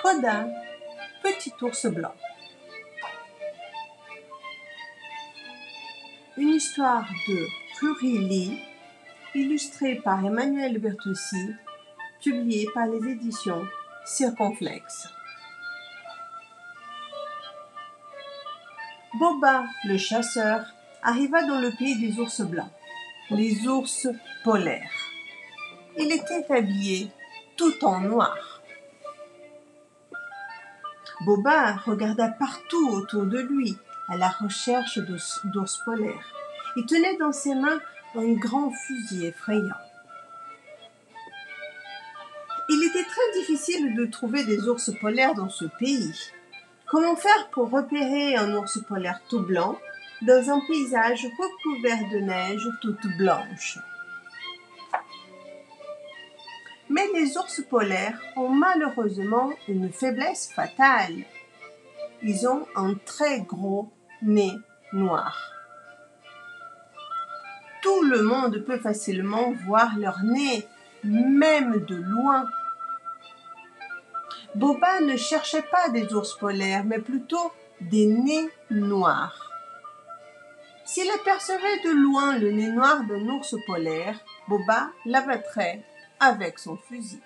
Koda, petit ours blanc. Une histoire de Ruri, illustrée par Emmanuel Bertoussi, publiée par les éditions Circonflexe. Boba, le chasseur, arriva dans le pays des ours blancs, les ours polaires. Il était habillé tout en noir. Boba regarda partout autour de lui à la recherche d'ours polaires. Il tenait dans ses mains un grand fusil effrayant. Il était très difficile de trouver des ours polaires dans ce pays. Comment faire pour repérer un ours polaire tout blanc dans un paysage recouvert de neige toute blanche? Mais les ours polaires ont malheureusement une faiblesse fatale. Ils ont un très gros nez noir. Tout le monde peut facilement voir leur nez, même de loin. Boba ne cherchait pas des ours polaires, mais plutôt des nez noirs. S'il apercevait de loin le nez noir d'un ours polaire, Boba l'abattrait avec son fusil.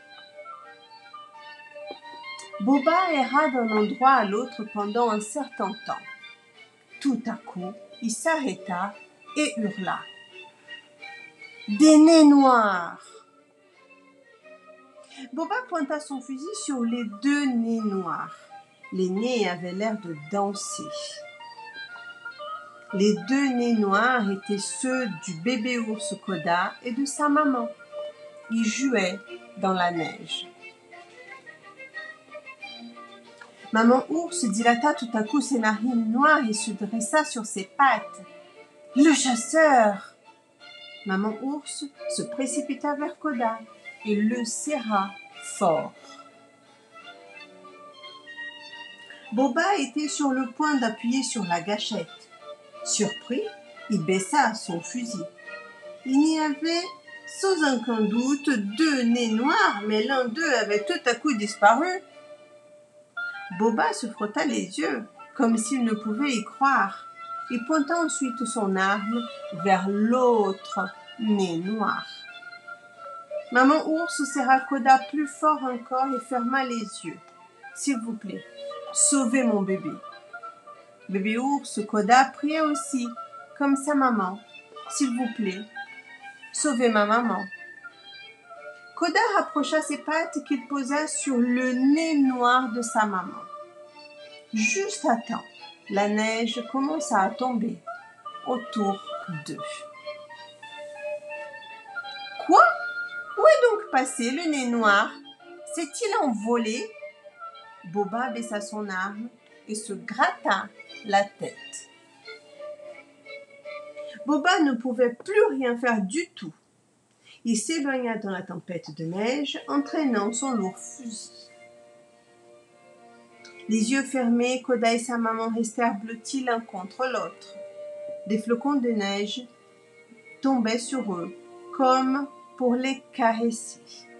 Boba erra d'un endroit à l'autre pendant un certain temps. Tout à coup, il s'arrêta et hurla. « Des nez noirs !» Boba pointa son fusil sur les deux nez noirs. Les nez avaient l'air de danser. Les deux nez noirs étaient ceux du bébé ours Koda et de sa maman. Ils jouaient dans la neige. Maman ours dilata tout à coup ses narines noires et se dressa sur ses pattes. « Le chasseur !» Maman ours se précipita vers Koda et le serra fort. Boba était sur le point d'appuyer sur la gâchette. Surpris, il baissa son fusil. Il n'y avait sans aucun doute deux nez noirs, mais l'un d'eux avait tout à coup disparu. Boba se frotta les yeux, comme s'il ne pouvait y croire. Il pointa ensuite son arme vers l'autre nez noir. Maman ours serra Koda plus fort encore et ferma les yeux. « S'il vous plaît, sauvez mon bébé. » Bébé ours Koda priait aussi, comme sa maman. « S'il vous plaît, sauvez ma maman. » Koda rapprocha ses pattes qu'il posa sur le nez noir de sa maman. Juste à temps, la neige commença à tomber autour d'eux. Quoi? Où est donc passé le nez noir? S'est-il envolé? Boba baissa son arme et se gratta la tête. Boba ne pouvait plus rien faire du tout. Il s'éloigna dans la tempête de neige, entraînant son lourd fusil. Les yeux fermés, Koda et sa maman restèrent blottis l'un contre l'autre. Des flocons de neige tombaient sur eux, comme pour les caresser.